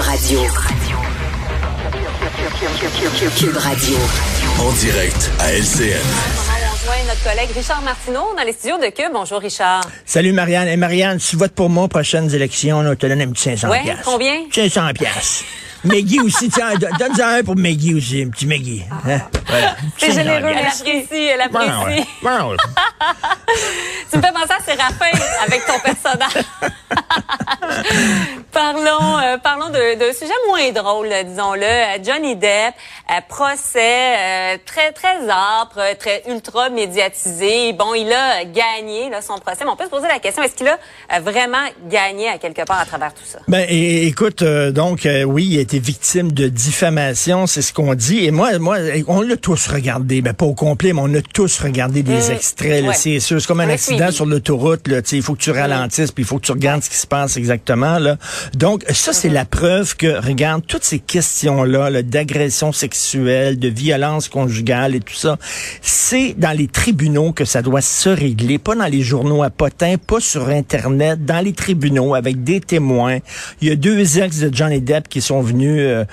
Radio. Cube Radio. En direct à LCN. On rejoint notre collègue Richard Martineau dans les studios de Cube. Bonjour Richard. Salut Marianne. Et Marianne, tu votes pour moi aux prochaines élections, là, on te donne un petit 500$. Ouais, combien? 500$. Maggie aussi, tiens, donne-en un pour Maggie aussi, un petit Maggie. Hein? Voilà. C'est généreux, elle apprécie, elle apprécie. Wow. Tu me fais penser à Séraphin avec ton personnage. Parlons d'un sujet moins drôle, disons-le. Johnny Depp, procès très, très âpre, très ultra médiatisé. Bon, il a gagné là, son procès, mais on peut se poser la question, est-ce qu'il a vraiment gagné à quelque part à travers tout ça? Ben, écoute, oui, il a été victime de diffamation, c'est ce qu'on dit. Et moi, on l'a tous regardé, ben pas au complet, mais on a tous regardé des extraits, là, ouais. C'est sûr. C'est comme un accident sur l'autoroute, là, il faut que tu ralentisses, puis il faut que tu regardes ce qui se passe exactement, là. Donc, ça, c'est la preuve que, regarde, toutes ces questions-là, là, d'agression sexuelle, de violence conjugale et tout ça, c'est dans les tribunaux que ça doit se régler, pas dans les journaux à potins, pas sur Internet, dans les tribunaux, avec des témoins. Il y a 2 ex de Johnny Depp qui sont venus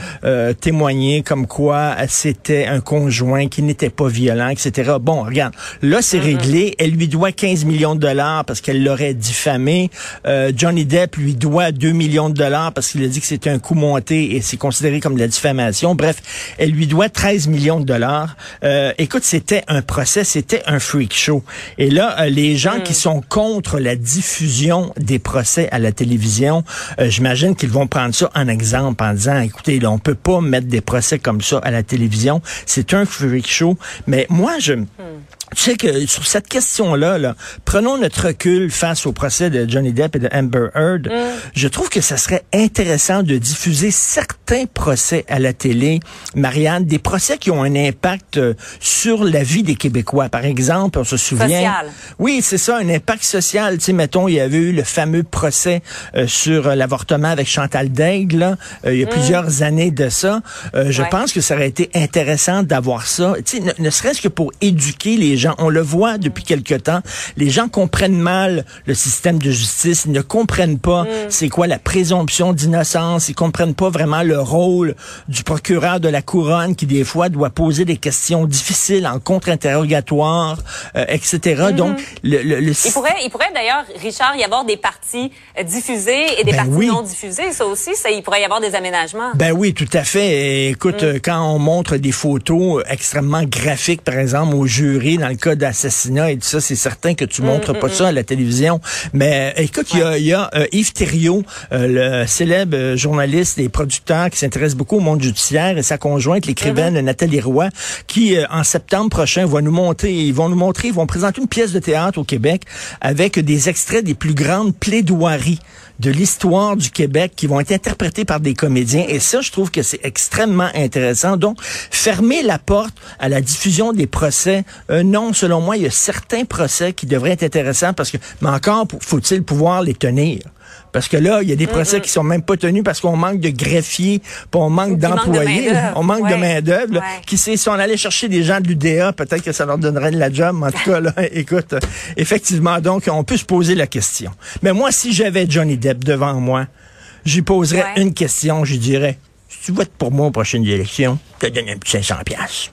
témoigner comme quoi c'était un conjoint qui n'était pas violent, etc. Bon, regarde, là, c'est réglé. Elle lui doit 15 millions de dollars parce qu'elle l'aurait diffamé. Johnny Depp lui doit 2 millions de dollars parce qu'il a dit que c'était un coup monté et c'est considéré comme de la diffamation. Bref, elle lui doit 13 millions de dollars. Écoute, c'était un procès, c'était un freak show. Et là, les gens qui sont contre la diffusion des procès à la télévision, j'imagine qu'ils vont prendre ça en exemple en disant, écoutez, là, on peut pas mettre des procès comme ça à la télévision. C'est un freak show. Mais moi, tu sais que sur cette question-là, là, prenons notre recul face au procès de Johnny Depp et de Amber Heard. Je trouve que ça serait intéressant de diffuser certains procès à la télé, Marianne, des procès qui ont un impact sur la vie des Québécois. Par exemple, on se souvient... Social. Oui, c'est ça, un impact social. Tu sais, mettons, il y avait eu le fameux procès sur l'avortement avec Chantal Daigle, là, il y a plusieurs années de ça. Je pense que ça aurait été intéressant d'avoir ça, tu sais, ne serait-ce que pour éduquer les gens. On le voit depuis quelque temps. Les gens comprennent mal le système de justice. Ils ne comprennent pas c'est quoi la présomption d'innocence. Ils comprennent pas vraiment le rôle du procureur de la couronne qui, des fois, doit poser des questions difficiles en contre-interrogatoire, etc. Donc, il pourrait d'ailleurs, Richard, y avoir des parties diffusées et des parties non diffusées. Ça aussi, il pourrait y avoir des aménagements. Ben oui, tout à fait. Et écoute, quand on montre des photos extrêmement graphiques, par exemple, au jury, dans le cas d'assassinat et tout ça, c'est certain que tu montres pas ça à la télévision. Mais écoute, il y a Yves Thériault, le célèbre journaliste et producteur qui s'intéresse beaucoup au monde judiciaire, et sa conjointe, l'écrivaine Nathalie Roy, qui en septembre prochain vont présenter une pièce de théâtre au Québec avec des extraits des plus grandes plaidoiries de l'histoire du Québec qui vont être interprétés par des comédiens. Et ça, je trouve que c'est extrêmement intéressant. Donc, fermer la porte à la diffusion des procès, non, selon moi, il y a certains procès qui devraient être intéressants parce que, mais encore, faut-il pouvoir les tenir? Parce que là, il y a des procès qui sont même pas tenus parce qu'on manque de greffiers, puis on manque d'employés, on manque de main-d'œuvre. Qui sait, si on allait chercher des gens de l'UDA, peut-être que ça leur donnerait de la job. En tout cas, là, écoute, effectivement, donc, on peut se poser la question. Mais moi, si j'avais Johnny Depp devant moi, j'y poserais une question, je dirais, si tu votes pour moi aux prochaines élections, je te donne un petit 500$.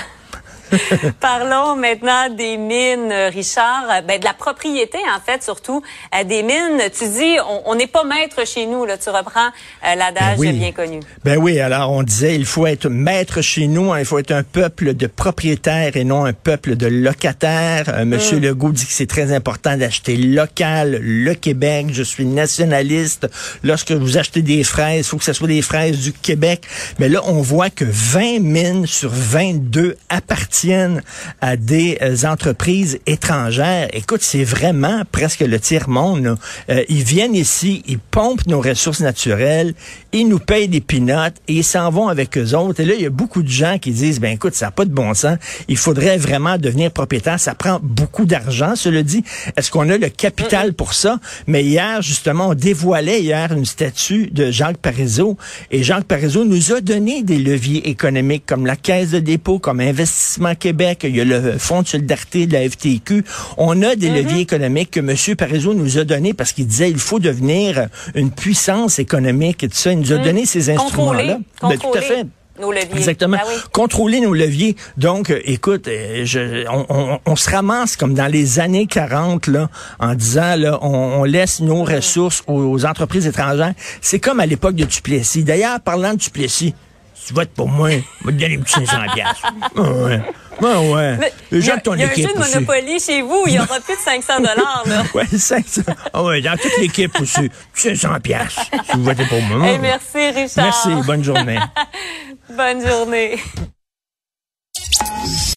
Parlons maintenant des mines, Richard. De la propriété, en fait, surtout des mines. Tu dis, on n'est pas maître chez nous. Là, tu reprends l'adage bien connu. Ben oui, alors on disait, il faut être maître chez nous. Il faut être un peuple de propriétaires et non un peuple de locataires. Monsieur Legault dit que c'est très important d'acheter local, le Québec. Je suis nationaliste. Lorsque vous achetez des fraises, il faut que ce soit des fraises du Québec. Mais là, on voit que 20 mines sur 22 appartiennent à des entreprises étrangères. Écoute, c'est vraiment presque le tiers-monde. Ils viennent ici, ils pompent nos ressources naturelles, ils nous payent des peanuts et ils s'en vont avec eux autres. Et là, il y a beaucoup de gens qui disent, ben écoute, ça n'a pas de bon sens. Il faudrait vraiment devenir propriétaire. Ça prend beaucoup d'argent, cela dit. Est-ce qu'on a le capital pour ça? Mais hier, justement, on dévoilait une statue de Jacques Parizeau. Et Jacques Parizeau nous a donné des leviers économiques comme la Caisse de dépôt, comme Investissement gouvernement Québec, il y a le Fonds de solidarité de la FTQ. On a des leviers économiques que M. Parizeau nous a donnés parce qu'il disait il faut devenir une puissance économique et tout ça. Il nous a donné ces instruments-là. Ben, tout à fait. Nos leviers. Exactement. Ben oui. Contrôler nos leviers. Donc, écoute, on se ramasse comme dans les années 40, là, en disant, là, on laisse nos ressources aux entreprises étrangères. C'est comme à l'époque de Duplessis. D'ailleurs, parlant de Duplessis, si tu votes pour moi, je vais te donner un petit 500 piastres. Ouais. Ben ouais. Il y a ton un équipe jeu de aussi. Monopoly chez vous, il y aura plus de 500 $, là. Ouais, 500. Ah ouais, dans toute l'équipe aussi. 500 piastres. Si vous votez pour moi. Hey, merci, Richard. Merci, bonne journée. Bonne journée.